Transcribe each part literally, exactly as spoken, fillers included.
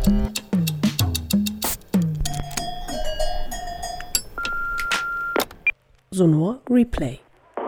Sonor Replay.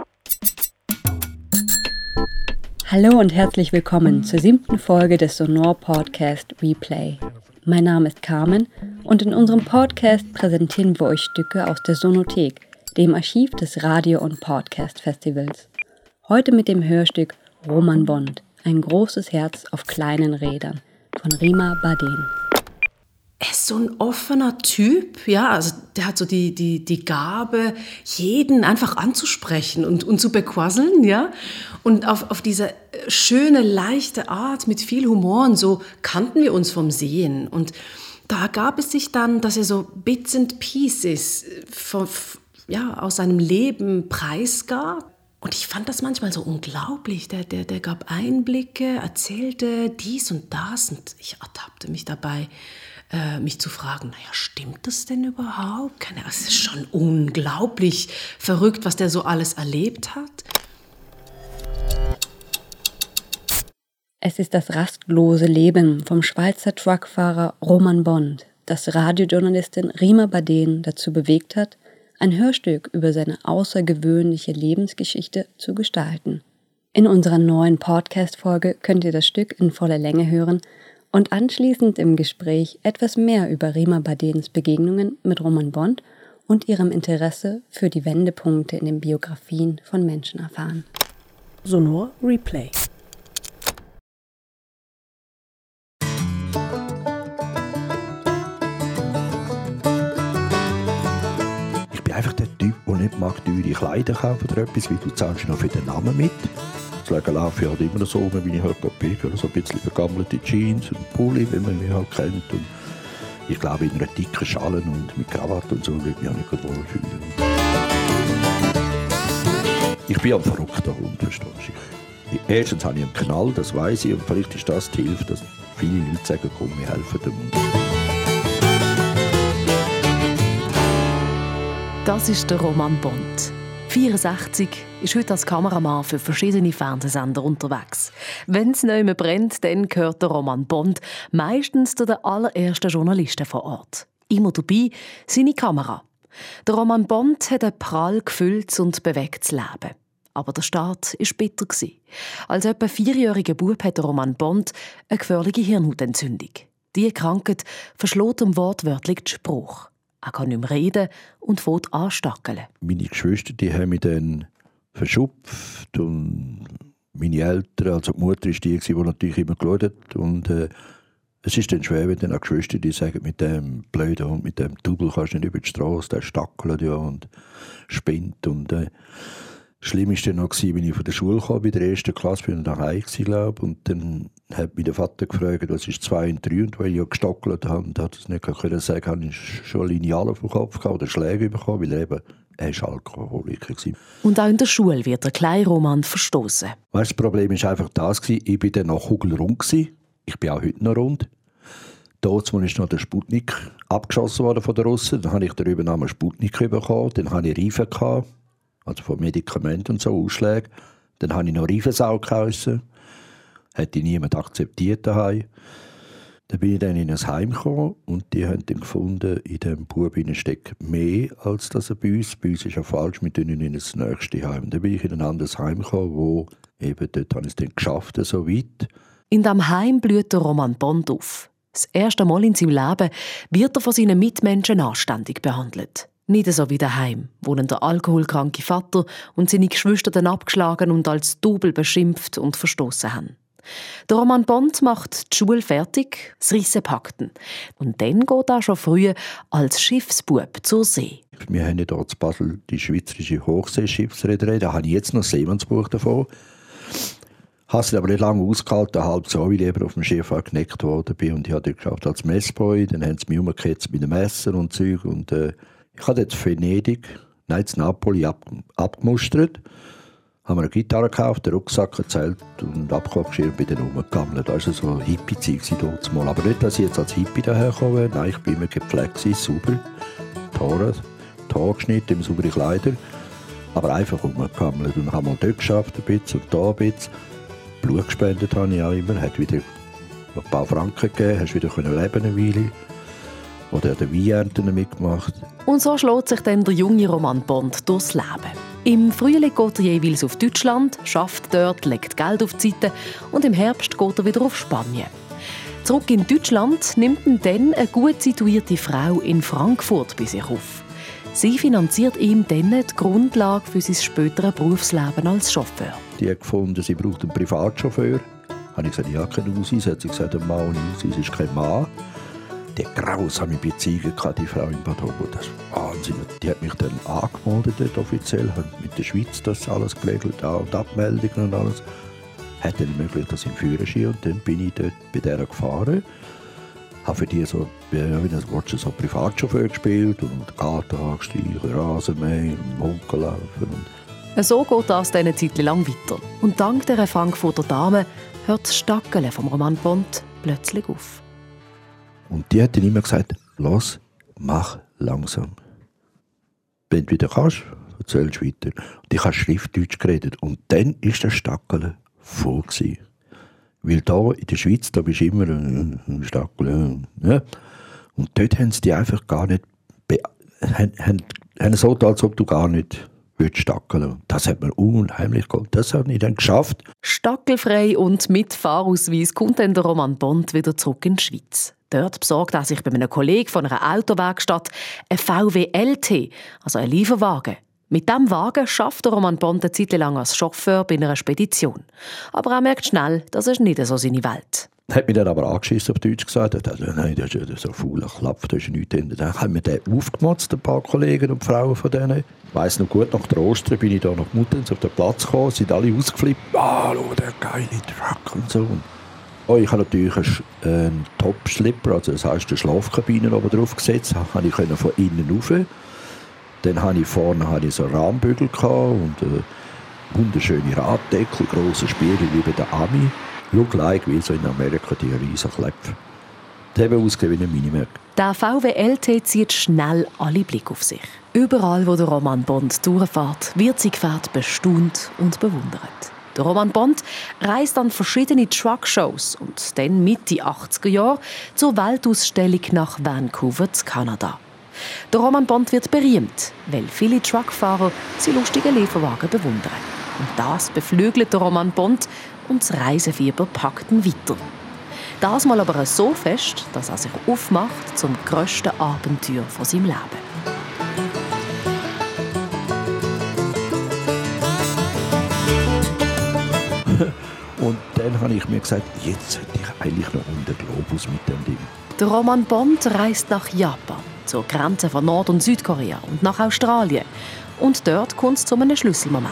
Hallo und herzlich willkommen zur siebten Folge des Sonor Podcast Replay. Mein Name ist Carmen und in unserem Podcast präsentieren wir euch Stücke aus der Sonothek, dem Archiv des Radio- und Podcast-Festivals. Heute mit dem Hörstück Roman Bond, ein großes Herz auf kleinen Rädern von Rima Baden. Er ist so ein offener Typ, ja, also der hat so die, die, die Gabe, jeden einfach anzusprechen und, und zu bequasseln, ja. Und auf, auf diese schöne, leichte Art mit viel Humor und so kannten wir uns vom Sehen. Und da gab es sich dann, dass er so Bits and Pieces von, ja, aus seinem Leben preisgab. Und ich fand das manchmal so unglaublich. Der, der, der gab Einblicke, erzählte dies und das und ich ertappte mich dabei, äh, mich zu fragen, naja, stimmt das denn überhaupt? Keine Ahnung, es ist schon unglaublich verrückt, was der so alles erlebt hat. Es ist das rastlose Leben vom Schweizer Truckfahrer Roman Bond, das Radiojournalistin Rima Baden dazu bewegt hat, ein Hörstück über seine außergewöhnliche Lebensgeschichte zu gestalten. In unserer neuen Podcast-Folge könnt ihr das Stück in voller Länge hören und anschließend im Gespräch etwas mehr über Rima Badens Begegnungen mit Roman Bond und ihrem Interesse für die Wendepunkte in den Biografien von Menschen erfahren. Sonor Replay. Ich bin einfach der Typ, der nicht mag teure Kleider kaufen oder etwas, weil du zahlst noch für den Namen mit. Deswegen laufe ich halt immer so rum, wie ich halt bin, so ein bisschen vergammelte Jeans und Pulli, wie man mich halt kennt. Und ich glaube, in einer dicken Schale und mit Krawatte und so würde ich mich auch nicht gut wohlfühlen. Ich bin ein verrückter Hund, verstehst du? Erstens habe ich einen Knall, das weiss ich, und vielleicht ist das die Hilfe, dass viele Leute sagen, komm, wir helfen dem. Das ist der Roman Bond. vierundsechzig, ist heute als Kameramann für verschiedene Fernsehsender unterwegs. Wenn es nicht mehr brennt, dann gehört der Roman Bond meistens zu den allerersten Journalisten vor Ort. Immer dabei seine Kamera. Der Roman Bond hat ein prall gefülltes und bewegtes Leben. Aber der Start war bitter. Als etwa vierjähriger Bub hat der Roman Bond eine gefährliche Hirnhautentzündung. Diese Krankheit verschlägt ihm wortwörtlich den Spruch. Er kann nicht mehr reden und fängt an zu stackeln. Meine Geschwister die haben mich dann verschupft und meine Eltern, also die Mutter war die, die natürlich immer geschaut hat. Und äh, es ist dann schwer, wenn dann auch Geschwister die sagen, mit dem blöden Hund, mit dem Double kannst du nicht über die Straße, der stackelt ja und spinnt. Und äh, schlimm war dann noch, als ich von der Schule kam, bei der ersten Klasse, bin ich daheim glaube und dann hat mich der Vater gefragt, was ist zwei und drei, und weil ich ja gestockelt habe und hat es nicht können sagen, habe ich schon Lineale auf dem Kopf gehabt oder Schläge bekommen, weil er eben er war Alkoholiker. Und auch in der Schule wird der kleine Roman verstoßen. Das Problem war einfach das, ich war dann noch kugelrund. Ich bin auch heute noch rund. Damals ist noch der Sputnik abgeschossen worden von den Russen. Dann habe ich darüber noch einen Sputnik bekommen. Dann hatte ich Reifen gehabt, also von Medikamenten und so, Ausschläge. Dann habe ich noch Reifensau geheissen. Hätte niemand akzeptiert daheim. Dann bin ich dann in ein Heim gekommen und die haben dann gefunden, in diesem Bub steckt mehr, als das bei uns. Bei uns ist ja falsch, wir gehen in das nächste Heim. Dann bin ich in ein anderes Heim gekommen, wo eben dort habe ich es dann geschafft, so weit. In diesem Heim blüht der Roman Bond auf. Das erste Mal in seinem Leben wird er von seinen Mitmenschen anständig behandelt. Nicht so wie daheim, wo ihn der alkoholkranke Vater und seine Geschwister dann abgeschlagen und als Double beschimpft und verstoßen haben. Der Roman Bond macht die Schule fertig, das Rissen packt ihn. Und dann geht er schon früh als Schiffsbub zur See. Wir haben hier in Basel die schweizerische Hochseeschiffsreederei. Da habe ich jetzt noch ein Seemannsbuch davon. Ich habe es aber nicht lange ausgehalten, halb so, weil ich eben auf dem Schiff geneckt worden bin. Und ich habe dort geschafft als Messboy. Dann haben sie mich umgekehrt mit dem Messer und Zeug. Und, äh, ich habe jetzt Venedig, nein, in Napoli ab, abgemustert. Haben wir eine Gitarre gekauft, den Rucksack erzählt und Abkochgeschirr bei den rumgegammelt. Das war so Hippie-Zeug dort mal. Aber nicht, dass ich jetzt als Hippie dahergekommen wäre. Nein, ich bin immer gepflegt, sauber. Die Haare, die Haare geschnitten, saubere Kleider. Aber einfach rumgegammelt. Und habe mal dort geschafft, ein bisschen und da ein bisschen. Blut gespendet habe ich auch immer. Hat wieder ein paar Franken gegeben, hast wieder leben eine Weile. Oder an den Weinernten mitgemacht. Und so schlägt sich dann der junge Roman Bond durchs Leben. Im Frühling geht er jeweils auf Deutschland, schafft dort, legt Geld auf die Seite und im Herbst geht er wieder auf Spanien. Zurück in Deutschland nimmt ihn dann eine gut situierte Frau in Frankfurt bei sich auf. Sie finanziert ihm dann die Grundlage für sein späteres Berufsleben als Chauffeur. Die hat gefunden, sie braucht einen Privatchauffeur. Da habe ich gesagt, ja, keinen Ausweis. Hat sie gesagt, ein Mann ohne Ausweis ist kein Mann. Die grausame Beziehung hatte die Frau in Bad Homburg. Das ist Wahnsinn. Die hat mich dann angemeldet, offiziell, hat mit der Schweiz das alles geregelt, auch die Abmeldungen und alles. Hat dann ermöglicht, dass ich im Führerschein und dann bin ich dort bei der gefahren. Habe für die so, wie das Wort so Privatchauffeur gespielt und Garten angestreichen, Rasenmähen, Munkel laufen. So geht das dann eine Zeit lang weiter. Und dank dieser Frankfurter Dame hört das Stackeln vom Roman Bond plötzlich auf. Und die hat dann immer gesagt, los, mach langsam. Wenn du wieder kannst, erzählst du weiter. Und ich habe Schriftdeutsch geredet. Und dann war das Stackeln voll gewesen. Weil da in der Schweiz, da bist du immer ein Stackeln. Ja. Und dort haben sie die einfach gar nicht, be- haben, haben, haben so getan, als ob du gar nicht stackeln. Das hat mir unheimlich geholfen. Das habe ich dann geschafft. Stackelfrei und mit Fahrausweis kommt dann der Roman Bond wieder zurück in die Schweiz. Dort besorgt er sich bei einem Kollegen von einer Autowerkstatt ein V W L T, also ein Lieferwagen. Mit diesem Wagen schafft der Roman Bond eine Zeit lang als Chauffeur bei einer Spedition. Aber er merkt schnell, das ist nicht so seine Welt. Er hat mich dann aber angeschissen, auf Deutsch gesagt. Er hat gesagt, nein, das ist ja so ein fauler Klapf, da ist nichts drin. Dann haben wir den aufgemotzt, ein paar Kollegen und Frauen von denen. Ich weiss noch gut, nach der Ostern bin ich da nach Muttenz auf den Platz gekommen, sind alle ausgeflippt. Ah, schau, der geile Truck und so. Oh, ich habe natürlich einen, einen Top-Slipper, also das heisst, eine Schlafkabine oben drauf gesetzt. Da konnte ich von innen rauf. Dann hatte ich vorne hatte ich so einen Rahmenbügel und äh, wunderschöne Raddeckel, grosse Spiegel wie bei der Ami. Look like wie so in Amerika die riesen Kläpfe. Die haben ausgesehen wie ein Minimac. Der V W L T zieht schnell alle Blicke auf sich. Überall, wo der Roman Bond durchfährt, wird sein Gefährt bestaunt und bewundert. Der Roman Bond reist an verschiedene Truckshows und dann Mitte achtziger Jahre zur Weltausstellung nach Vancouver, Kanada. Der Roman Bond wird berühmt, weil viele Truckfahrer seine lustigen Lieferwagen bewundern. Und das beflügelt der Roman Bond und das Reisefieber packt ihn weiter. Das mal aber so fest, dass er sich aufmacht zum grössten Abenteuer von seinem Leben. Und dann habe ich mir gesagt, jetzt sollte ich eigentlich noch um den Globus mit dem Ding. Der Roman Bond reist nach Japan, zur Grenze von Nord- und Südkorea und nach Australien. Und dort kommt es zu einem Schlüsselmoment.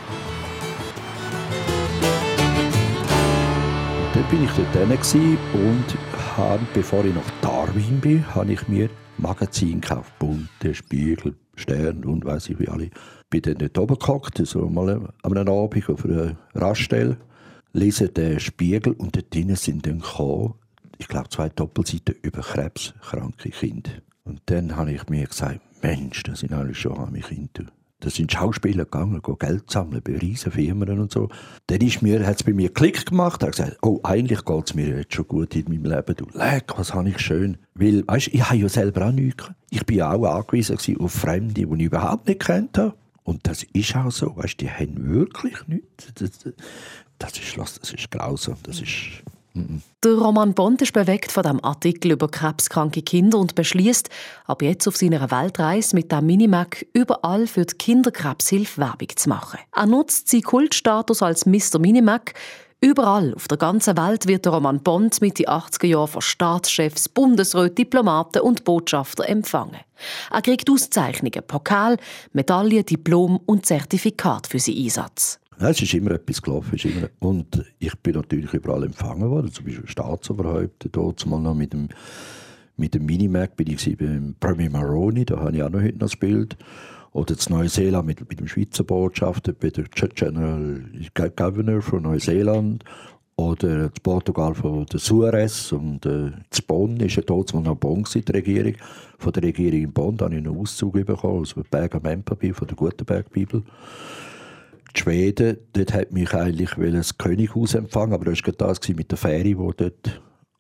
Dann bin ich dort und habe, bevor ich nach Darwin bin, habe ich mir Magazin gekauft. Bunte, Spiegel, Stern und weiss ich wie alle. Ich bin dann dort oben gehockt, so mal an einem Abend auf einer Raststelle, lese den Spiegel und dort drinnen sind dann gekommen, ich glaube, zwei Doppelseiten über krebskranke Kinder. Und dann habe ich mir gesagt, Mensch, das sind alle schon arme Kinder. Da sind Schauspieler gegangen, Geld sammeln bei riesen Firmen und so. Dann ist mir, hat es bei mir Klick gemacht. Ich habe gesagt, oh, eigentlich geht es mir jetzt schon gut in meinem Leben. Du, leck, was habe ich schön. Weil, weißt, ich habe ja selber auch nichts. Ich bin ja auch angewiesen auf Fremde, die ich überhaupt nicht kennt habe. Und das ist auch so. Weißt, die haben wirklich nichts. Das, das, ist, das ist grausam. Das ist... Der Roman Bond ist bewegt von diesem Artikel über krebskranke Kinder und beschließt, ab jetzt auf seiner Weltreise mit dem Minimac überall für die Kinderkrebshilfe Werbung zu machen. Er nutzt seinen Kultstatus als Mister Minimac. Überall auf der ganzen Welt wird der Roman Bond Mitte achtziger Jahre von Staatschefs, Bundesräten, Diplomaten und Botschafter empfangen. Er kriegt Auszeichnungen, Pokal, Medaillen, Diplom und Zertifikat für seinen Einsatz. Ja, es ist immer etwas gelaufen. Ist immer. Und ich bin natürlich überall empfangen worden. Zum Beispiel Staatsoberhäupter, dort mal noch mit dem, mit dem Minimac bin ich beim Premier Maroney, da habe ich auch noch heute noch das Bild. Oder in Neuseeland mit, mit dem Schweizer Botschafter, bei der General Governor von Neuseeland. Oder in Portugal von der Suarez. Und äh, in Bonn war ja dort mal noch Bonn, die Regierung. Von der Regierung in Bonn habe ich einen Auszug bekommen aus dem Pergamentpapier von der Gutenberg-Bibel. Die Schweden, dort hat mich eigentlich das Könighaus empfangen, aber das war das mit der Fähre, die dort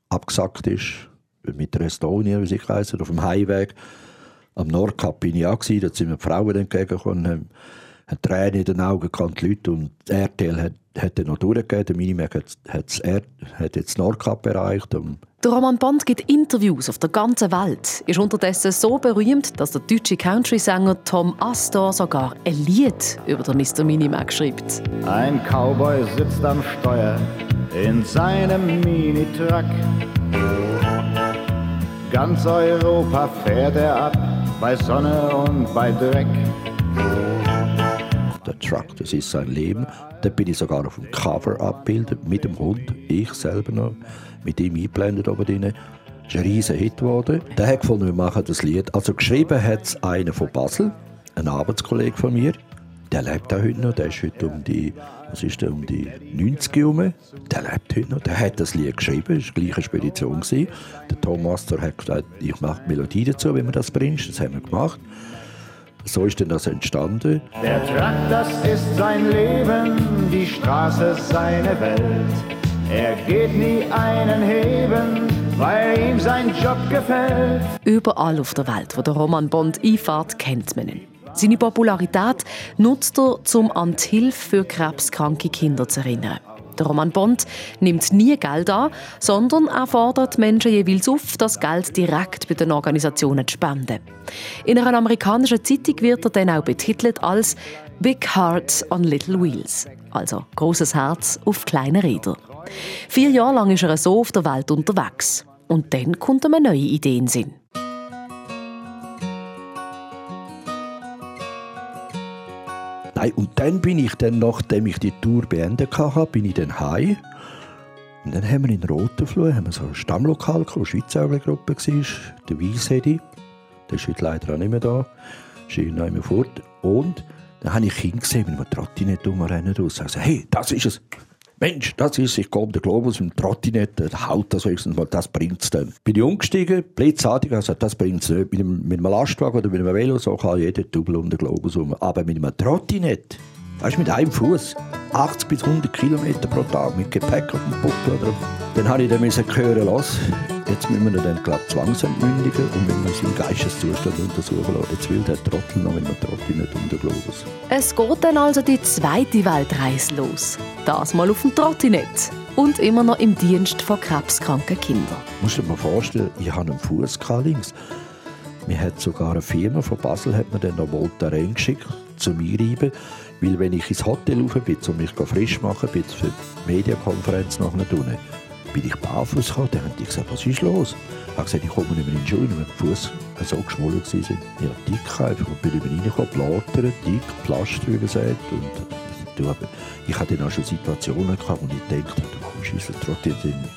abgesackt ist, mit der Estonia, wie sie heisst, auf dem Heimweg. Am Nordkap bin ich auch gewesen, da sind mir die Frauen entgegengekommen, haben, haben Tränen in den Augen gehabt, die Leute, und R T L hat, hat dann noch durchgegeben, der Minimac hat, hat, hat jetzt Nordkap erreicht. Und der Roman Bond gibt Interviews auf der ganzen Welt, ist unterdessen so berühmt, dass der deutsche Country-Sänger Tom Astor sogar ein Lied über den Mister Minimac schreibt. Ein Cowboy sitzt am Steuer in seinem Mini-Truck. Ganz Europa fährt er ab, bei Sonne und bei Dreck. Der Truck, das ist sein Leben. Da bin ich sogar auf dem Cover abgebildet, mit dem Hund, ich selber noch, mit ihm eingeblendet oben drin. Das ist ein riesiger Hit geworden. Der hat gefunden, wir machen das Lied. Also geschrieben hat es einer von Basel, ein Arbeitskollege von mir. Der lebt auch heute noch, der ist heute um die, was ist der, um die neunzig herum. Der lebt heute noch, der hat das Lied geschrieben, das war die gleiche Spedition. Der Tom Astor hat gesagt, ich mache die Melodie dazu, wenn man das bringst. Das haben wir gemacht. So ist denn das entstanden. Der Truck, das ist sein Leben, die Straße seine Welt. Er geht nie einen heben, weil ihm sein Job gefällt. Überall auf der Welt, wo der Roman Bond einfährt, kennt man ihn. Seine Popularität nutzt er, um an die Hilfe für krebskranke Kinder zu erinnern. Der Roman Bond nimmt nie Geld an, sondern er fordert Menschen jeweils auf, das Geld direkt bei den Organisationen zu spenden. In einer amerikanischen Zeitung wird er dann auch betitelt als «Big Heart on Little Wheels», also «großes Herz auf kleinen Rädern». Vier Jahre lang ist er so auf der Welt unterwegs. Und dann kommt ihm eine neue Idee in den Sinn. Nein, und dann bin ich dann, nachdem ich die Tour beendet hatte, bin ich dann heim. Und dann haben wir in Rotenfluh haben wir so ein Stammlokal gehabt, wo eine Schweizer Gruppe war, der Weishedi. Der ist heute leider auch nicht mehr da. Ist noch immer fort. Und dann habe ich ihn gesehen, mit einem Trottinett rumrennen. Und sagte, hey, das ist es. Mensch, das ist es. Ich gehe um den Globus mit dem Trottinett. Haut das höchstens mal, das bringt es dann. Bin ich umgestiegen, blitzartig, also das bringt es nicht. Mit einem, mit einem Lastwagen oder mit einem Velo, so kann jeder Double um den Globus rum. Aber mit einem Trottinett, weißt du, mit einem Fuß, achtzig bis hundert Kilometer pro Tag, mit Gepäck auf dem Buckel. Oder? Dann habe ich dann hören lassen. Jetzt müssen wir ihn dann, glaube ich, zwangsentmündigen und wenn wir seinen Geisteszustand untersuchen lassen. Jetzt will der Trottel noch mit einem Trottinett um den Globus. Es geht dann also die zweite Weltreise los. Das mal auf dem Trottinett. Und immer noch im Dienst von krebskranken Kindern. Du musst dir mal vorstellen, ich hatte einen Fuß links. Mir hat sogar eine Firma von Basel hat mir dann noch Voltaren geschickt, zum Einreiben. Weil wenn ich ins Hotel rauf bin, um mich frisch zu machen, bin für die Medienkonferenz nach unten, bin ich barfuß gekommen. Dann haben die gesagt, was ist los? Ich habe gesagt, ich komme nicht mehr in den Schuh, weil mein Fuß so geschwollen war. Ja, dick einfach. Und bin über reingekommen, blättern, dick, Pflaster, wie gesagt. Und ich hatte dann auch schon Situationen gehabt, wo ich dachte, du kommst Schüssel trotzdem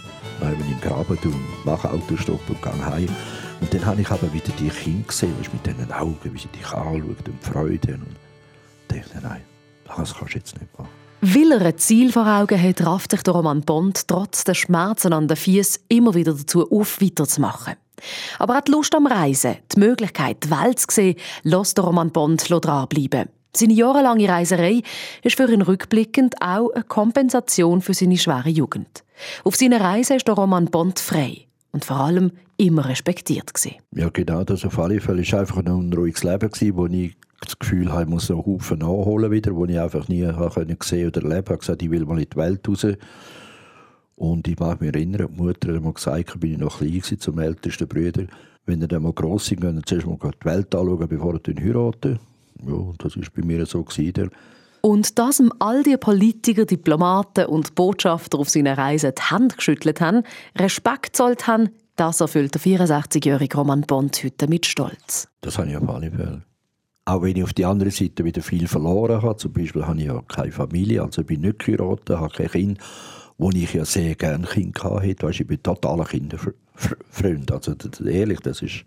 in den Graben, du mach Autostopp und geh heim. Und dann habe ich aber wieder die Kinder gesehen, mit diesen Augen, wie sie dich anschauen und Freude. Und dachte, nein, das kannst du jetzt nicht machen. Weil er ein Ziel vor Augen hat, rafft sich der Roman Bond trotz der Schmerzen an den Füßen immer wieder dazu auf, weiterzumachen. Aber auch die Lust am Reisen, die Möglichkeit, die Welt zu sehen, lässt der Roman Bond dranbleiben. Seine jahrelange Reiserei ist für ihn rückblickend auch eine Kompensation für seine schwere Jugend. Auf seiner Reise ist der Roman Bond frei und vor allem immer respektiert gewesen. Ja, genau, das auf alle Fälle. Es war einfach ein unruhiges Leben, wo ich das Gefühl habe, ich muss noch einen Haufen nachholen wieder, wo ich einfach nie gesehen oder erleben konnte. Ich habe gesagt, ich will mal in die Welt raus. Und ich mag mich erinnern, die Mutter hat mir gesagt, bin ich noch klein war, zum ältesten Bruder, wenn ihr dann mal gross sind, dann zuerst mal die Welt anschauen, bevor ihr heiraten. Ja, das war bei mir so. Und dass ihm all die Politiker, Diplomaten und Botschafter auf seiner Reise die Hand geschüttelt haben, Respekt gezollt haben, das erfüllt der vierundsechzigjährige Roman Bond heute mit Stolz. Das habe ich auf alle Fälle. Auch wenn ich auf der anderen Seite wieder viel verloren habe, zum Beispiel habe ich ja keine Familie, also bin nicht geheiratet, habe kein Kind, wo ich ja sehr gerne Kinder hatte. Weißt, ich bin totaler Kinderfreund, also ehrlich, das ist...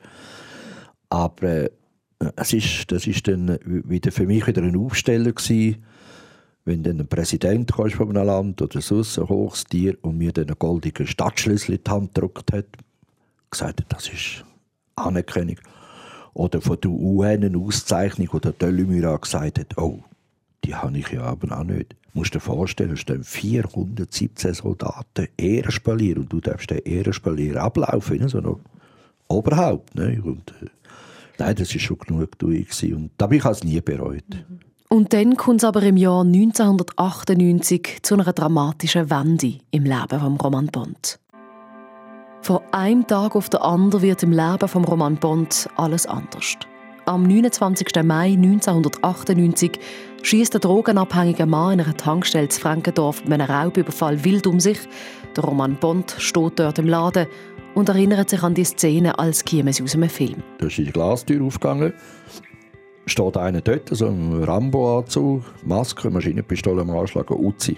Aber äh, es ist, das ist dann wieder für mich wieder ein Aufsteller gewesen, wenn dann ein Präsident von einem Land oder sonst ein hohes Tier und mir dann einen goldenen Stadtschlüssel in die Hand gedrückt hat, gesagt hat, das ist Anerkennung. Oder von der U N eine Auszeichnung, oder Dölümyra gesagt hat, oh, die habe ich ja aber auch nicht. Du musst dir vorstellen, es stehen vierhundertsiebzehn Soldaten Ehrenspalier und du darfst den Ehrenspalier ablaufen, wie so ein Oberhaupt. Ne? Und, äh, nein, das war schon genug durch. Und da habe ich es nie bereut. Mhm. Und dann kommt es aber im Jahr neunzehnhundertachtundneunzig zu einer dramatischen Wende im Leben von Roman Bont. Von einem Tag auf den anderen wird im Leben von Roman Bont alles anders. Am neunundzwanzigsten Mai neunzehnhundertachtundneunzig schießt der drogenabhängige Mann in einer Tankstelle in Frankendorf mit einem Raubüberfall wild um sich. Der Roman Bont steht dort im Laden und erinnert sich an die Szene, als käme sie aus einem Film. Da ist die Glastür aufgegangen. Steht einer dort, so ein Rambo-Anzug, Maske, Maschinenpistole am Anschlag, Uzi.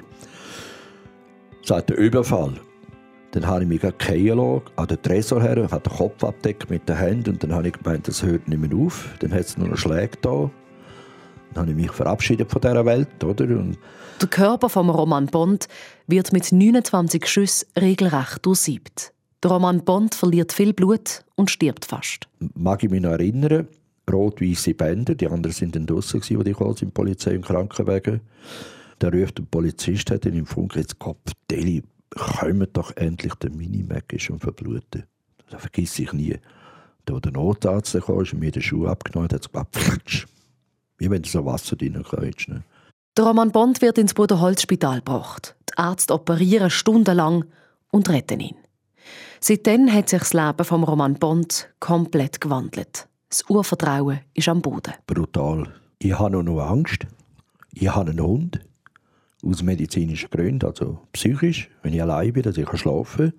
Sagt der Überfall. Dann habe ich mich fallen lassen, an den Tresor her, habe den Kopf abgedeckt mit den Händen und dann habe ich gemeint, das hört nicht mehr auf. Dann hat es nur noch Schläge da. Dann habe ich mich verabschiedet von dieser Welt. Oder? Und der Körper von Roman Bont wird mit neunundzwanzig Schüssen regelrecht durchsiebt. Der Roman Bont verliert viel Blut und stirbt fast. Mag ich mich noch erinnern, rot-weisse Bänder, die anderen waren dann draussen, die gekommen sind, Polizei und Krankenwagen. Da ruft der Polizist hat in im Funk, jetzt Kopfdeli, kommen doch endlich, der Minimac ist schon verblutet. Das vergesse ich nie. Da, wo der Notarzt kam, ist mir den Schuh abgenommen und hat gesagt, pflatsch. Wie wenn du so Wasser reinkriegst. Ne? Der Roman Bont wird ins Bruderholzspital gebracht. Die Ärzte operieren stundenlang und retten ihn. Seitdem hat sich das Leben von Roman Bont komplett gewandelt. Das Urvertrauen ist am Boden. Brutal. Ich habe noch, noch Angst. Ich habe einen Hund. Aus medizinischen Gründen, also psychisch, wenn ich allein bin, dass ich schlafen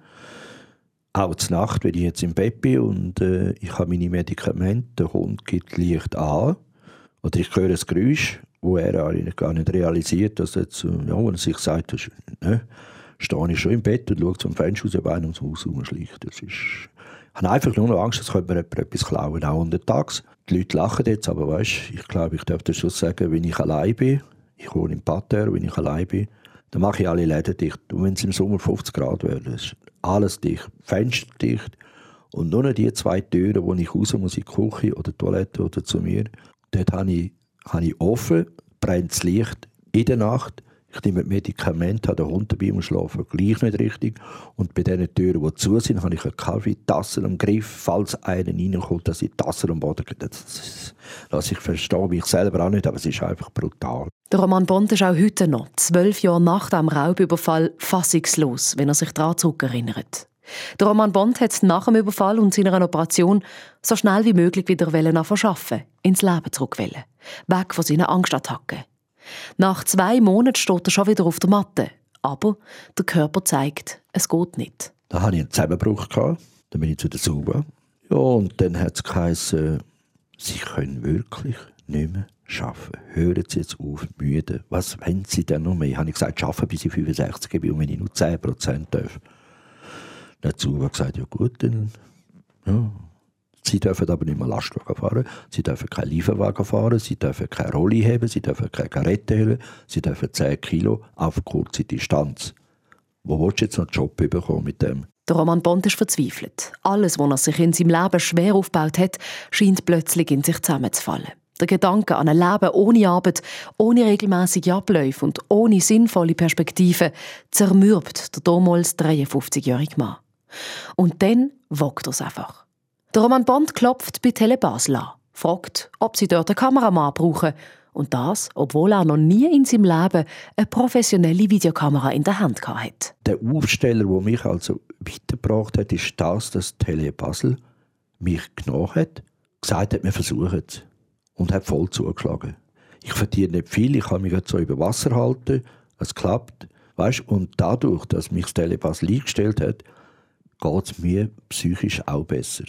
kann. Auch zur Nacht, wenn ich jetzt im Bett bin und äh, ich habe meine Medikamente, der Hund gibt Licht an. Oder ich höre ein Geräusch, wo er gar nicht realisiert, dass jetzt, ja, wenn er sich sagt, das, ne, stehe ich schon im Bett und schaue zum Fenster raus, wenn ums Haus herumschleicht. Das ist, ich habe einfach nur noch Angst, dass könnte mir jemand etwas klauen, auch untertags. Die Leute lachen jetzt, aber weißt, ich glaube, ich darf das schon sagen, wenn ich allein bin, ich wohne im Parterre, wenn ich allein bin, dann mache ich alle Läden dicht. Und wenn es im Sommer fünfzig Grad wäre, ist alles dicht, Fenster dicht. Und nur noch die zwei Türen, wo ich raus muss, in die Küche oder die Toilette oder zu mir, dort habe ich, habe ich offen, brennt das Licht in der Nacht. Ich nehme Medikamente, habe den Hund dabei und schlafe gleich nicht richtig. Und bei diesen Türen, die zu sind, habe ich eine Kaffeetasse am Griff, falls einer reinkommt, dass ich die Tasse am Boden gehe. Das lasse ich verstehen, mich selber auch nicht, aber es ist einfach brutal. Der Roman Bont ist auch heute noch, zwölf Jahre nach dem Raubüberfall, fassungslos, wenn er sich daran zurückerinnert. Der Roman Bont hat nach dem Überfall und seiner Operation so schnell wie möglich wieder arbeiten, ins Leben zurück wollen, weg von seinen Angstattacken. Nach zwei Monaten steht er schon wieder auf der Matte. Aber der Körper zeigt, es geht nicht. Da hatte ich einen Zusammenbruch. Dann bin ich zu der Suba. Ja, und dann hat es geheißen, Sie können wirklich nicht mehr arbeiten. Hören Sie jetzt auf, müde. Was wollen Sie denn noch mehr? Ich habe gesagt, arbeiten bis ich fünfundsechzig bin und wenn ich nur zehn Prozent darf. Dann hat die Suba gesagt, ja gut, dann... Ja. Sie dürfen aber nicht mehr Lastwagen fahren, sie dürfen keinen Lieferwagen fahren, sie dürfen keine Rolli heben, sie dürfen keine Garette heben, sie dürfen zehn Kilo auf kurze Distanz. Wo willst du jetzt noch einen Job bekommen mit dem? Der Roman Bont ist verzweifelt. Alles, was er sich in seinem Leben schwer aufgebaut hat, scheint plötzlich in sich zusammenzufallen. Der Gedanke an ein Leben ohne Arbeit, ohne regelmäßige Abläufe und ohne sinnvolle Perspektiven zermürbt der damals dreiundfünfzigjährige Mann. Und dann wagt er es einfach. Der Roman Bont klopft bei Tele Basel an, fragt, ob sie dort einen Kameramann brauchen. Und das, obwohl er noch nie in seinem Leben eine professionelle Videokamera in der Hand hatte. Der Aufsteller, der mich also weitergebracht hat, ist das, dass Tele Basel mich genommen hat, gesagt hat, wir versuchen es. Und hat voll zugeschlagen. Ich verdiene nicht viel, ich kann mich so über Wasser halten, es klappt. Weißt? Und dadurch, dass mich das Tele Basel eingestellt hat, geht es mir psychisch auch besser.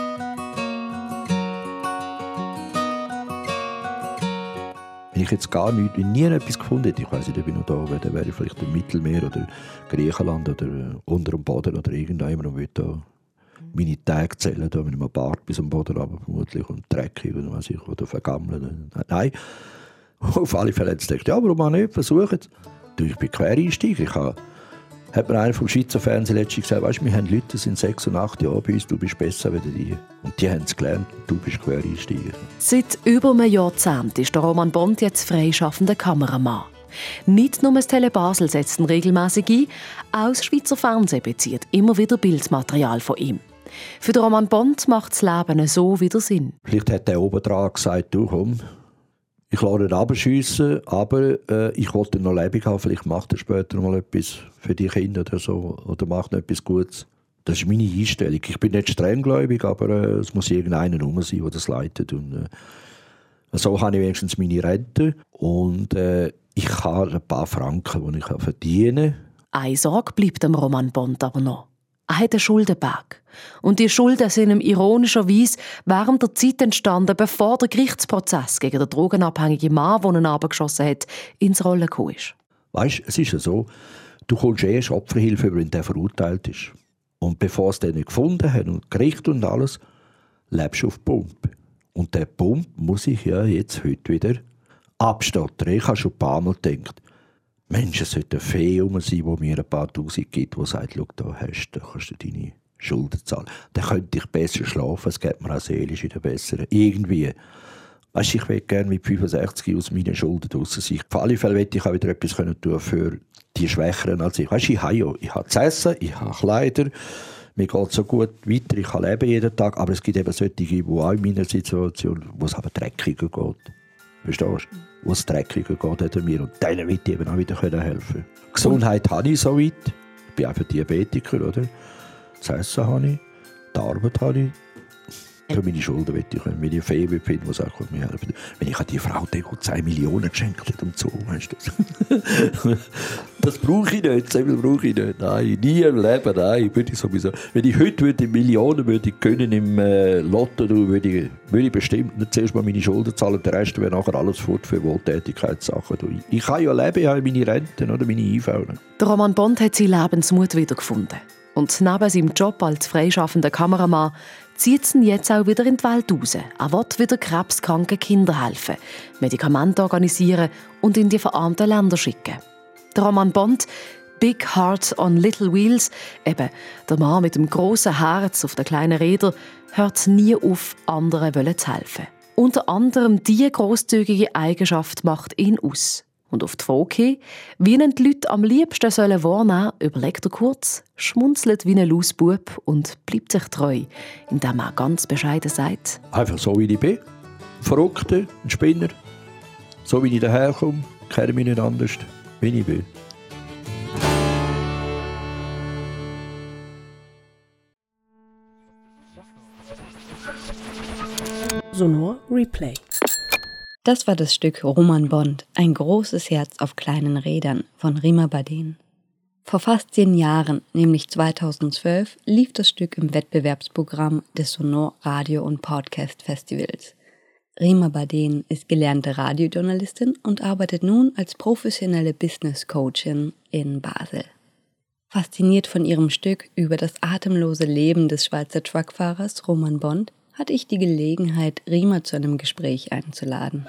Wenn ich jetzt gar nicht, nie etwas gefunden hätte, ich weiss nicht, ob ich noch da wäre, dann wäre ich vielleicht im Mittelmeer oder Griechenland oder unter dem Boden oder irgendjemand und würde da meine Tage zählen, da mit einem Bart bis am Boden runter vermutlich und dreckig oder was ich, oder vergammelt. Nein, auf alle Fälle hat es gedacht, ja, warum auch nicht, versuchen es. Ich bin Quereinsteiger, ich habe Hat mir einer vom Schweizer Fernsehen letztens gesagt, weißt, wir haben Leute, die sind sechs und acht Jahre bei uns, du bist besser als die. Und die haben es gelernt, du bist Quereinsteiger. Seit über einem Jahrzehnt ist der Roman Bond jetzt freischaffender Kameramann. Nicht nur das Tele Basel setzt ihn regelmäßig ein, auch das Schweizer Fernsehen bezieht immer wieder Bildmaterial von ihm. Für den Roman Bond macht das Leben so wieder Sinn. Vielleicht hat der obendrauf gesagt, du komm, ich lasse nicht abschiessen, aber äh, ich wollte noch lebendig haben, vielleicht macht er später mal etwas für die Kinder oder so, oder macht noch etwas Gutes. Das ist meine Einstellung. Ich bin nicht strenggläubig, aber äh, es muss irgendeiner rum sein, der das leitet. Und, äh, so habe ich wenigstens meine Rente und äh, ich habe ein paar Franken, die ich verdienen kann. Eine Sorge bleibt dem Roman Bond aber noch. Er hat einen Schuldenberg. Und die Schulden sind ihm ironischerweise während der Zeit entstanden, bevor der Gerichtsprozess gegen den drogenabhängigen Mann, der ihn abgeschossen hat, ins Rollen gekommen ist. Weißt, es ist ja so, du kommst erst Opferhilfe, wenn der verurteilt ist. Und bevor es den nicht gefunden hat und Gericht und alles, lebst du auf Pump. Und der Pump muss ich ja jetzt heute wieder abstottern. Ich habe schon ein paar Mal gedacht, Mensch, es sollte eine Fee rum sein, die mir ein paar Tausend gibt, die sagt, schau, da hast du, da kannst du deine Schulden zahlen. Dann könnte ich besser schlafen, es geht mir auch seelisch wieder besser. Irgendwie. Weißt du, ich will gerne mit fünfundsechzig aus meinen Schulden draussen sein. Auf alle Fälle möchte ich auch wieder etwas tun für die Schwächeren als ich. Weißt du, ich habe ja, ich habe zu essen, ich habe Kleider, mir geht es so gut weiter, ich kann leben jeden Tag, aber es gibt eben solche, die auch in meiner Situation, wo es aber dreckiger geht. Verstehst du? Wo es dreckiger geht hinter mir. Und denen will ich eben auch wieder helfen. Gesundheit habe ich soweit. Ich bin einfach Diabetiker, oder? Das Essen habe ich. Die Arbeit habe ich. Für meine Schulden will ich, wenn ich Fee finde, die sagt, mir helfen. Wenn ich die Frau die zehn Millionen geschenkt hat, um zu weißt du das? Das brauche ich nicht, so viel brauche ich nicht. Nein, nie im Leben, nein, würde ich sowieso. Wenn ich heute würde, Millionen würde ich können im äh, Lotto, würde ich, würde ich bestimmt nicht zuerst mal meine Schulden zahlen, der Rest wäre nachher alles fort für Wohltätigkeitssachen. Ich kann ja leben, ich habe meine Renten oder meine I V. Der Roman Bond hat seinen Lebensmut wiedergefunden. Und neben seinem Job als freischaffender Kameramann zieht es ihn jetzt auch wieder in die Welt raus. Er will wieder krebskranken Kindern helfen, Medikamente organisieren und in die verarmten Länder schicken. Der Roman Bond, Big Heart on Little Wheels, eben der Mann mit dem grossen Herz auf den kleinen Rädern, hört nie auf, anderen zu helfen. Unter anderem diese grosszügige Eigenschaft macht ihn aus. Und auf die Frage, wie ihn die Leute am liebsten sollen wahrnehmen, überlegt er kurz, schmunzelt wie ein Lausbub und bleibt sich treu, indem er ganz bescheiden sagt: Einfach so, wie ich bin. Verrückter, ein Spinner. So, wie ich daherkomme, kenne mich nicht anders, wie ich bin. Sonor Replay. Das war das Stück Roman Bond, ein großes Herz auf kleinen Rädern von Rima Baden. Vor fast zehn Jahren, nämlich zweitausendzwölf, lief das Stück im Wettbewerbsprogramm des Sonor Radio- und Podcast-Festivals. Rima Baden ist gelernte Radiojournalistin und arbeitet nun als professionelle Business-Coachin in Basel. Fasziniert von ihrem Stück über das atemlose Leben des Schweizer Truckfahrers Roman Bond hatte ich die Gelegenheit, Rima zu einem Gespräch einzuladen.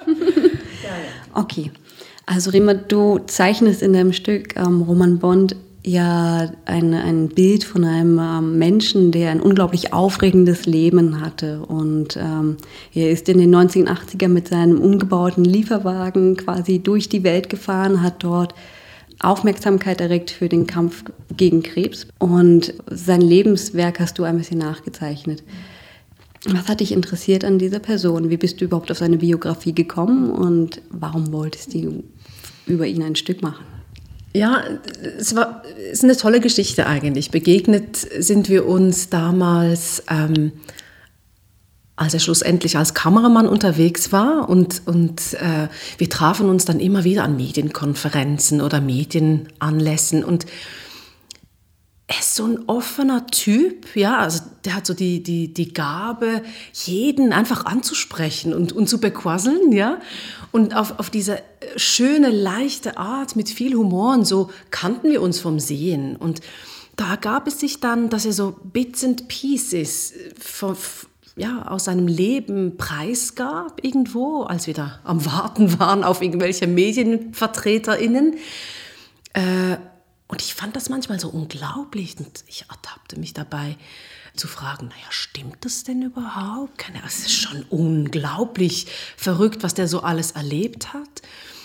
Okay, also Rima, du zeichnest in deinem Stück ähm, Roman Bond ja ein, ein Bild von einem ähm, Menschen, der ein unglaublich aufregendes Leben hatte. Und ähm, er ist in den neunzehnhundertachtziger mit seinem umgebauten Lieferwagen quasi durch die Welt gefahren, hat dort Aufmerksamkeit erregt für den Kampf gegen Krebs. Und sein Lebenswerk hast du ein bisschen nachgezeichnet. Was hat dich interessiert an dieser Person? Wie bist du überhaupt auf seine Biografie gekommen und warum wolltest du über ihn ein Stück machen? Ja, es war es ist eine tolle Geschichte eigentlich. Begegnet sind wir uns damals, ähm, als er schlussendlich als Kameramann unterwegs war und, und äh, wir trafen uns dann immer wieder an Medienkonferenzen oder Medienanlässen und er ist so ein offener Typ, ja, also der hat so die, die, die Gabe, jeden einfach anzusprechen und, und zu bequasseln, ja. Und auf, auf diese schöne, leichte Art mit viel Humor und so kannten wir uns vom Sehen. Und da gab es sich dann, dass er so Bits and Pieces von, ja, aus seinem Leben preisgab irgendwo, als wir da am Warten waren auf irgendwelche MedienvertreterInnen. Äh, Und ich fand das manchmal so unglaublich und ich ertappte mich dabei zu fragen, naja, stimmt das denn überhaupt? Keine Ahnung, es ist schon unglaublich verrückt, was der so alles erlebt hat.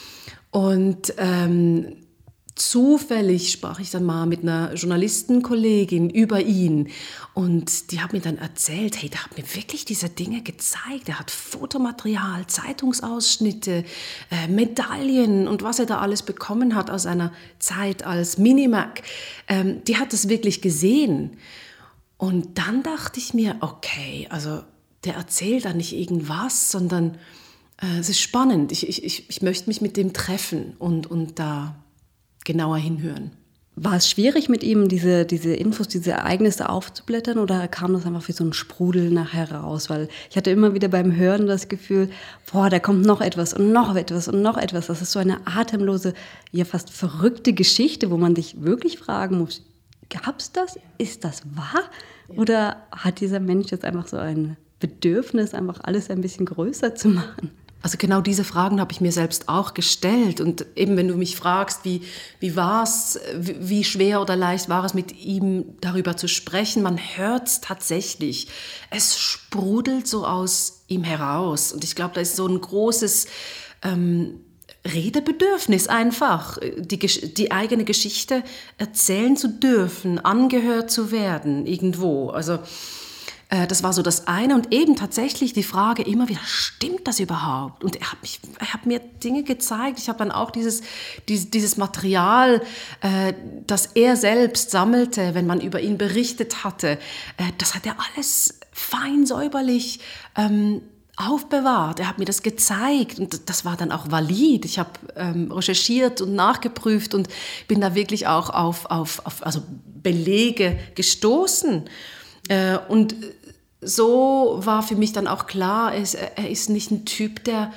Und ähm, zufällig sprach ich dann mal mit einer Journalistenkollegin über ihn und die hat mir dann erzählt, hey, der hat mir wirklich diese Dinge gezeigt. Er hat Fotomaterial, Zeitungsausschnitte, äh, Medaillen und was er da alles bekommen hat aus einer Zeit als Minimac. Ähm, die hat das wirklich gesehen. Und dann dachte ich mir, okay, also der erzählt da nicht irgendwas, sondern äh, es ist spannend. Ich, ich, ich möchte mich mit dem treffen und, und da genauer hinhören. War es schwierig mit ihm, diese, diese Infos, diese Ereignisse aufzublättern oder kam das einfach wie so ein Sprudel nachher raus? Weil ich hatte immer wieder beim Hören das Gefühl, boah, da kommt noch etwas und noch etwas und noch etwas. Das ist so eine atemlose, ja fast verrückte Geschichte, wo man sich wirklich fragen muss, gab's das? Ist das wahr? Oder hat dieser Mensch jetzt einfach so ein Bedürfnis, einfach alles ein bisschen größer zu machen? Also genau diese Fragen habe ich mir selbst auch gestellt. Und eben wenn du mich fragst, wie, wie war es, wie, wie schwer oder leicht war es, mit ihm darüber zu sprechen, man hört es tatsächlich. Es sprudelt so aus ihm heraus. Und ich glaube, da ist so ein großes ähm, Redebedürfnis einfach, die, die eigene Geschichte erzählen zu dürfen, angehört zu werden irgendwo. Also das war so das eine und eben tatsächlich die Frage immer wieder, stimmt das überhaupt? Und er hat, mich, er hat mir Dinge gezeigt. Ich habe dann auch dieses, dieses, dieses Material, äh, das er selbst sammelte, wenn man über ihn berichtet hatte, äh, das hat er alles fein säuberlich ähm, aufbewahrt. Er hat mir das gezeigt und das war dann auch valid. Ich habe ähm, recherchiert und nachgeprüft und bin da wirklich auch auf, auf, auf also Belege gestoßen. Äh, und so war für mich dann auch klar, er ist, er ist nicht ein Typ, der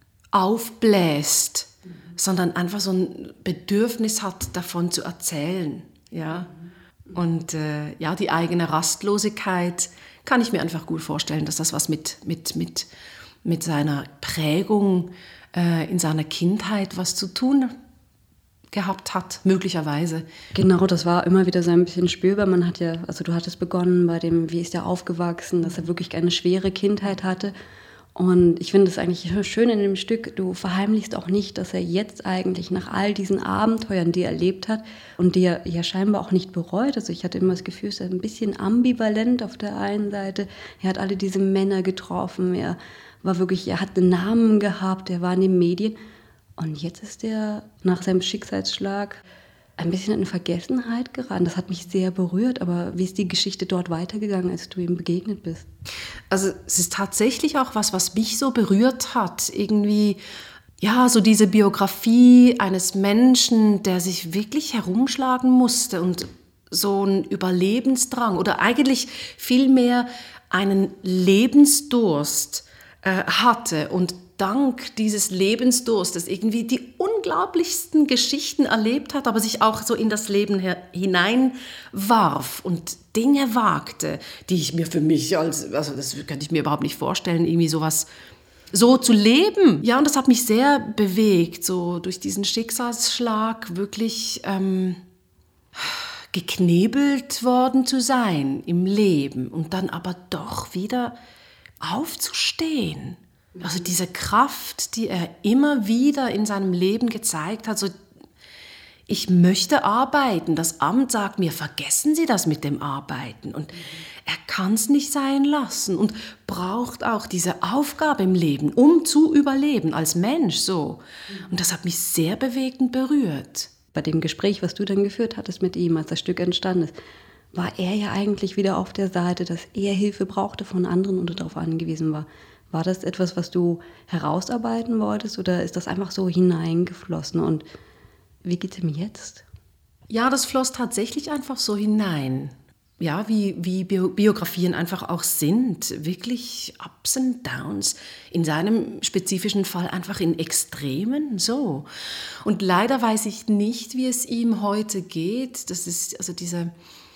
aufbläst, mhm. sondern einfach so ein Bedürfnis hat, davon zu erzählen. Ja? Mhm. Und äh, ja, die eigene Rastlosigkeit kann ich mir einfach gut vorstellen, dass das was mit, mit, mit, mit seiner Prägung äh, in seiner Kindheit was zu tun hat. gehabt hat, möglicherweise. Genau, das war immer wieder so ein bisschen spürbar. Man hat ja, also du hattest begonnen bei dem, wie ist er aufgewachsen, dass er wirklich eine schwere Kindheit hatte. Und ich finde es eigentlich schön in dem Stück, du verheimlichst auch nicht, dass er jetzt eigentlich nach all diesen Abenteuern, die er erlebt hat und die er ja scheinbar auch nicht bereut. Also ich hatte immer das Gefühl, es ist ein bisschen ambivalent auf der einen Seite. Er hat alle diese Männer getroffen, er war wirklich, er hat einen Namen gehabt, er war in den Medien. Und jetzt ist er nach seinem Schicksalsschlag ein bisschen in Vergessenheit geraten. Das hat mich sehr berührt. Aber wie ist die Geschichte dort weitergegangen, als du ihm begegnet bist? Also es ist tatsächlich auch was, was mich so berührt hat. Irgendwie, ja, so diese Biografie eines Menschen, der sich wirklich herumschlagen musste und so einen Überlebensdrang oder eigentlich vielmehr einen Lebensdurst äh, hatte und dank dieses Lebensdurstes irgendwie die unglaublichsten Geschichten erlebt hat, aber sich auch so in das Leben hineinwarf und Dinge wagte, die ich mir für mich, als, also das könnte ich mir überhaupt nicht vorstellen, irgendwie sowas so zu leben. Ja, und das hat mich sehr bewegt, so durch diesen Schicksalsschlag wirklich ähm, geknebelt worden zu sein im Leben und dann aber doch wieder aufzustehen. Also diese Kraft, die er immer wieder in seinem Leben gezeigt hat, so ich möchte arbeiten. Das Amt sagt mir, vergessen Sie das mit dem Arbeiten. Und er kann es nicht sein lassen und braucht auch diese Aufgabe im Leben, um zu überleben als Mensch so. Und das hat mich sehr bewegt und berührt. Bei dem Gespräch, was du dann geführt hattest mit ihm, als das Stück entstanden ist, war er ja eigentlich wieder auf der Seite, dass er Hilfe brauchte von anderen und darauf angewiesen war. War das etwas, was du herausarbeiten wolltest oder ist das einfach so hineingeflossen? Und wie geht es ihm jetzt? Ja, das floss tatsächlich einfach so hinein. Ja, wie, wie Biografien einfach auch sind. Wirklich Ups und Downs. In seinem spezifischen Fall einfach in Extremen. So. Und leider weiß ich nicht, wie es ihm heute geht. Das ist also diese...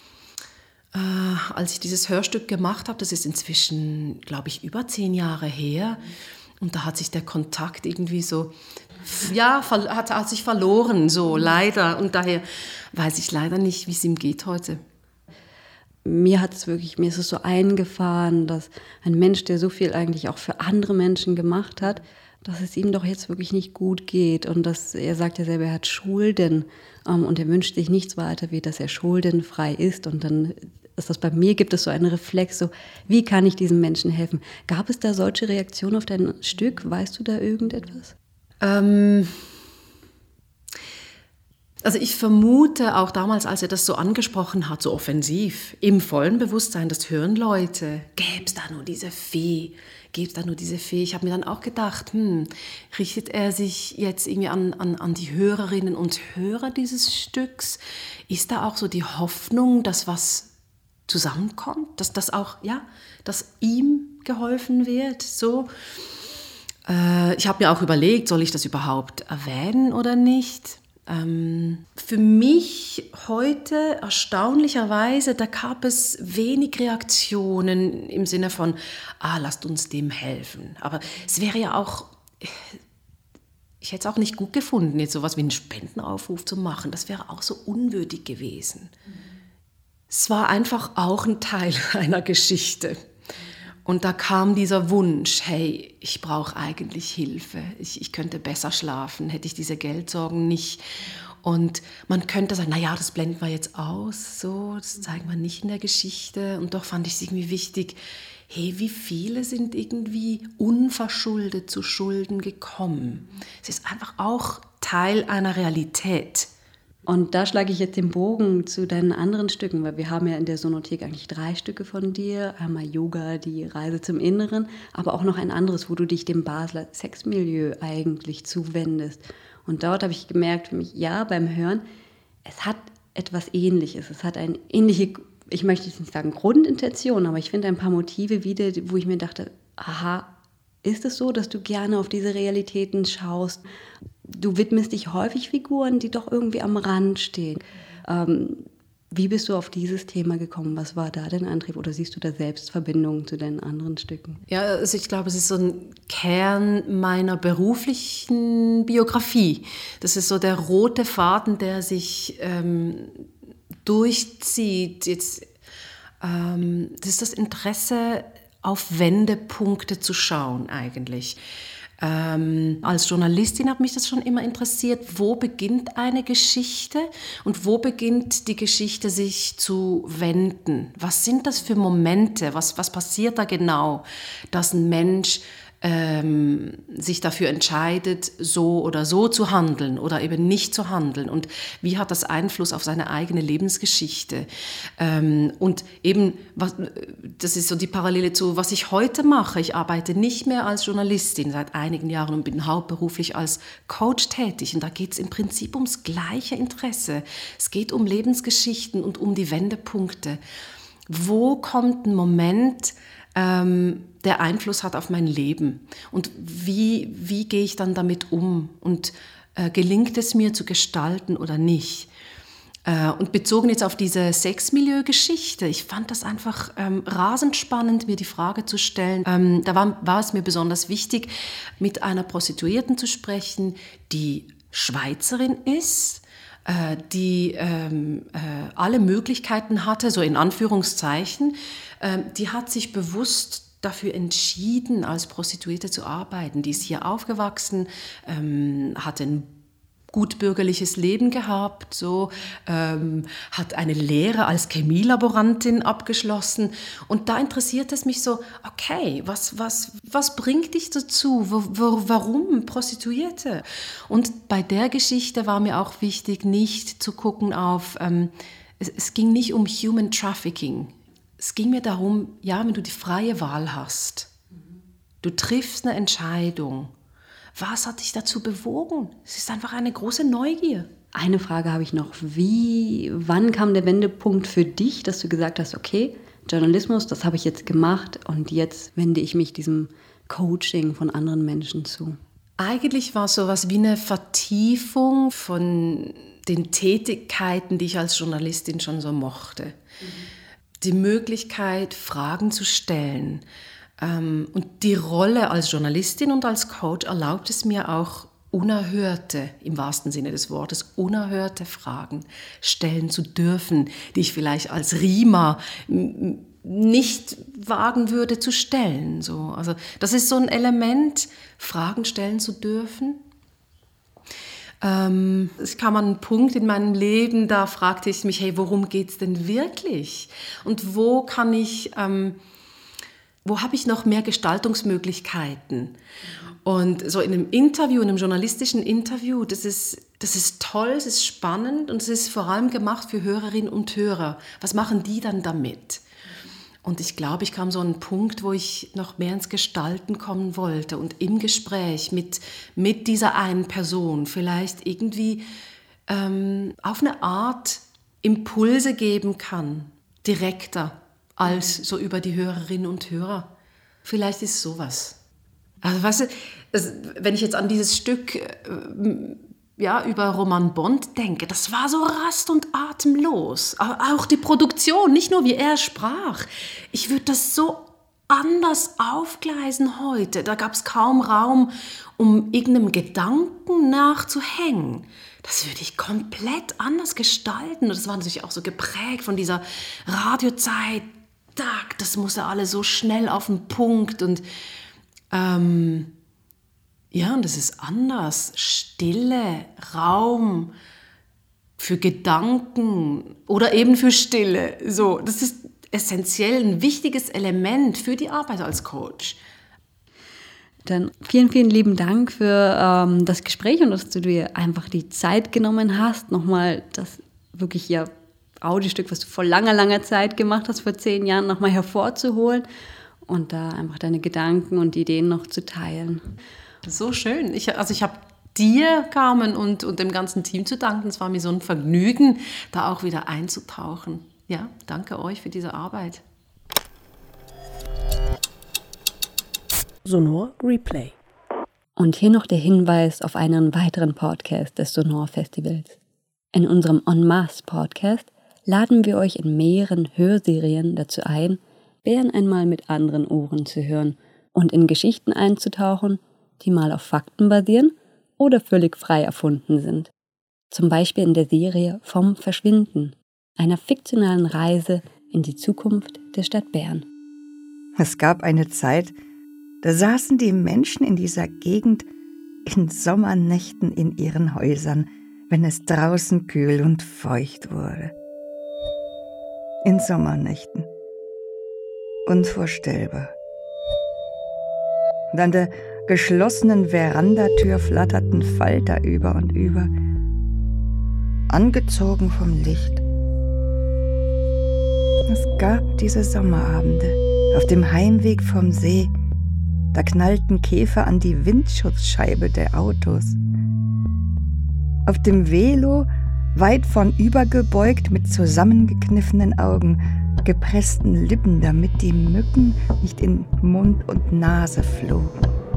Äh, als ich dieses Hörstück gemacht habe, das ist inzwischen, glaube ich, über zehn Jahre her. Und da hat sich der Kontakt irgendwie so ja, hat, hat sich verloren, so leider. Und daher weiß ich leider nicht, wie es ihm geht heute. Mir hat es wirklich, mir ist es so eingefahren, dass ein Mensch, der so viel eigentlich auch für andere Menschen gemacht hat, dass es ihm doch jetzt wirklich nicht gut geht. Und dass er sagt ja selber, er hat Schulden ähm, und er wünscht sich nichts weiter, wie dass er schuldenfrei ist. Und dann ist das bei mir, gibt es so einen Reflex, so wie kann ich diesem Menschen helfen? Gab es da solche Reaktionen auf dein Stück? Weißt du da irgendetwas? Ähm... Also ich vermute auch damals, als er das so angesprochen hat, so offensiv, im vollen Bewusstsein, das hören Leute, gäbe es da nur diese Fee, gäbe es da nur diese Fee. Ich habe mir dann auch gedacht, hm, richtet er sich jetzt irgendwie an, an, an die Hörerinnen und Hörer dieses Stücks? Ist da auch so die Hoffnung, dass was zusammenkommt, dass das auch, ja, dass ihm geholfen wird, so? Äh, ich habe mir auch überlegt, soll ich das überhaupt erwähnen oder nicht? Ähm, für mich heute erstaunlicherweise, da gab es wenig Reaktionen im Sinne von, ah, lasst uns dem helfen. Aber es wäre ja auch, ich hätte es auch nicht gut gefunden, jetzt sowas wie einen Spendenaufruf zu machen. Das wäre auch so unwürdig gewesen. Mhm. Es war einfach auch ein Teil einer Geschichte. Und da kam dieser Wunsch, hey, ich brauche eigentlich Hilfe, ich, ich könnte besser schlafen, hätte ich diese Geldsorgen nicht. Und man könnte sagen, naja, das blenden wir jetzt aus, so, das zeigen wir nicht in der Geschichte. Und doch fand ich es irgendwie wichtig, hey, wie viele sind irgendwie unverschuldet zu Schulden gekommen? Es ist einfach auch Teil einer Realität. Und da schlage ich jetzt den Bogen zu deinen anderen Stücken, weil wir haben ja in der Sonothek eigentlich drei Stücke von dir. Einmal Yoga, die Reise zum Inneren, aber auch noch ein anderes, wo du dich dem Basler Sexmilieu eigentlich zuwendest. Und dort habe ich gemerkt für mich, ja, beim Hören, es hat etwas Ähnliches. Es hat eine ähnliche, ich möchte jetzt nicht sagen Grundintention, aber ich finde ein paar Motive wieder, wo ich mir dachte, aha, ist es so, dass du gerne auf diese Realitäten schaust? Du widmest dich häufig Figuren, die doch irgendwie am Rand stehen. Ähm, wie bist du auf dieses Thema gekommen? Was war da dein Antrieb? Oder siehst du da selbst Verbindungen zu deinen anderen Stücken? Ja, also ich glaube, es ist so ein Kern meiner beruflichen Biografie. Das ist so der rote Faden, der sich ähm, durchzieht. Jetzt, ähm, das ist das Interesse, auf Wendepunkte zu schauen eigentlich. Ähm, als Journalistin hat mich das schon immer interessiert, wo beginnt eine Geschichte und wo beginnt die Geschichte sich zu wenden? Was sind das für Momente? Was, was passiert da genau, dass ein Mensch ähm, sich dafür entscheidet, so oder so zu handeln oder eben nicht zu handeln? Und wie hat das Einfluss auf seine eigene Lebensgeschichte? Ähm, und eben, was, das ist so die Parallele zu, was ich heute mache. Ich arbeite nicht mehr als Journalistin seit einigen Jahren und bin hauptberuflich als Coach tätig. Und da geht es im Prinzip ums gleiche Interesse. Es geht um Lebensgeschichten und um die Wendepunkte. Wo kommt ein Moment, ähm, der Einfluss hat auf mein Leben? Und wie, wie gehe ich dann damit um? Und äh, gelingt es mir zu gestalten oder nicht? Äh, und bezogen jetzt auf diese Sexmilieu-Geschichte, ich fand das einfach ähm, rasend spannend, mir die Frage zu stellen. Ähm, da war, war es mir besonders wichtig, mit einer Prostituierten zu sprechen, die Schweizerin ist, äh, die ähm, äh, alle Möglichkeiten hatte, so in Anführungszeichen. Ähm, die hat sich bewusst dafür entschieden, als Prostituierte zu arbeiten. Die ist hier aufgewachsen, ähm, hat ein gutbürgerliches Leben gehabt, so, ähm, hat eine Lehre als Chemielaborantin abgeschlossen. Und da interessiert es mich so, okay, was, was, was bringt dich dazu? Wo, wo, warum Prostituierte? Und bei der Geschichte war mir auch wichtig, nicht zu gucken auf, ähm, es, es ging nicht um Human Trafficking. Es ging mir darum, ja, wenn du die freie Wahl hast, du triffst eine Entscheidung, was hat dich dazu bewogen? Es ist einfach eine große Neugier. Eine Frage habe ich noch. Wie, wann kam der Wendepunkt für dich, dass du gesagt hast, okay, Journalismus, das habe ich jetzt gemacht und jetzt wende ich mich diesem Coaching von anderen Menschen zu? Eigentlich war es so etwas wie eine Vertiefung von den Tätigkeiten, die ich als Journalistin schon so mochte. Mhm. Die Möglichkeit, Fragen zu stellen. Und die Rolle als Journalistin und als Coach erlaubt es mir auch, unerhörte, im wahrsten Sinne des Wortes, unerhörte Fragen stellen zu dürfen, die ich vielleicht als Rima nicht wagen würde zu stellen. So, also das ist so ein Element, Fragen stellen zu dürfen. Ähm, es kam an einen Punkt in meinem Leben, da fragte ich mich, hey, worum geht's denn wirklich? Und wo kann ich, ähm, wo habe ich noch mehr Gestaltungsmöglichkeiten? Und so in einem Interview, in einem journalistischen Interview, das ist, das ist toll, es ist spannend und es ist vor allem gemacht für Hörerinnen und Hörer. Was machen die dann damit? Und ich glaube, ich kam so an einen Punkt, wo ich noch mehr ins Gestalten kommen wollte und im Gespräch mit, mit dieser einen Person vielleicht irgendwie ähm, auf eine Art Impulse geben kann, direkter als so über die Hörerinnen und Hörer. Vielleicht ist sowas. Also weißt du, das, wenn ich jetzt an dieses Stück äh, ja, über Roman Bond denke, das war so rast und atemlos. Auch die Produktion, nicht nur wie er sprach. Ich würde das so anders aufgleisen heute. Da gab es kaum Raum, um irgendeinem Gedanken nachzuhängen. Das würde ich komplett anders gestalten. Und das war natürlich auch so geprägt von dieser Radiozeit. Das muss ja alles so schnell auf den Punkt und Ähm, ja, und das ist anders. Stille, Raum für Gedanken oder eben für Stille. So, das ist essentiell ein wichtiges Element für die Arbeit als Coach. Dann vielen, vielen lieben Dank für ähm, das Gespräch und dass du dir einfach die Zeit genommen hast, nochmal das wirklich ja Audiostück, was du vor langer, langer Zeit gemacht hast, vor zehn Jahren, nochmal hervorzuholen. Und da einfach deine Gedanken und Ideen noch zu teilen. So schön. Ich, also ich habe dir, Carmen, und, und dem ganzen Team zu danken. Es war mir so ein Vergnügen, da auch wieder einzutauchen. Ja, danke euch für diese Arbeit. Sonor Replay. Und hier noch der Hinweis auf einen weiteren Podcast des Sonor Festivals. In unserem En Masse Podcast laden wir euch in mehreren Hörserien dazu ein, Bären einmal mit anderen Ohren zu hören und in Geschichten einzutauchen, die mal auf Fakten basieren oder völlig frei erfunden sind. Zum Beispiel in der Serie Vom Verschwinden, einer fiktionalen Reise in die Zukunft der Stadt Bern. Es gab eine Zeit, da saßen die Menschen in dieser Gegend in Sommernächten in ihren Häusern, wenn es draußen kühl und feucht wurde. In Sommernächten. Unvorstellbar. Und an der geschlossenen Verandatür flatterten Falter über und über, angezogen vom Licht. Es gab diese Sommerabende auf dem Heimweg vom See, da knallten Käfer an die Windschutzscheibe der Autos. Auf dem Velo, weit vornübergebeugt mit zusammengekniffenen Augen, gepressten Lippen, damit die Mücken nicht in Mund und Nase flogen.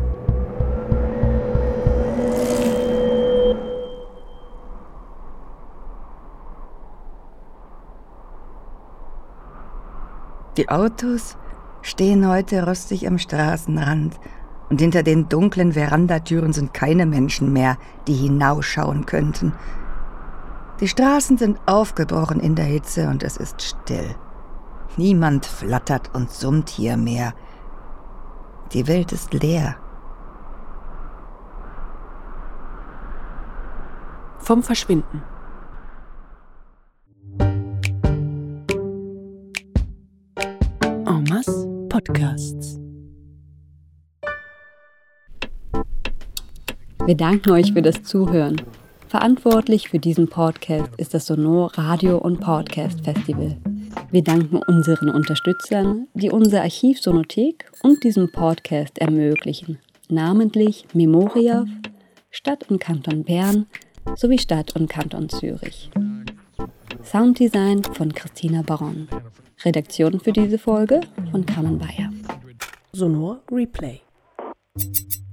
Die Autos stehen heute rostig am Straßenrand und hinter den dunklen Verandatüren sind keine Menschen mehr, die hinausschauen könnten. Die Straßen sind aufgebrochen in der Hitze und es ist still. Niemand flattert und summt hier mehr. Die Welt ist leer. Vom Verschwinden. En Masse Podcasts. Wir danken euch für das Zuhören. Verantwortlich für diesen Podcast ist das Sonor Radio- und Podcast-Festival. Wir danken unseren Unterstützern, die unser Archiv Sonothek und diesen Podcast ermöglichen, namentlich Memoria, Stadt und Kanton Bern sowie Stadt und Kanton Zürich. Sounddesign von Christina Baron. Redaktion für diese Folge von Carmen Bayer. Sonor Replay.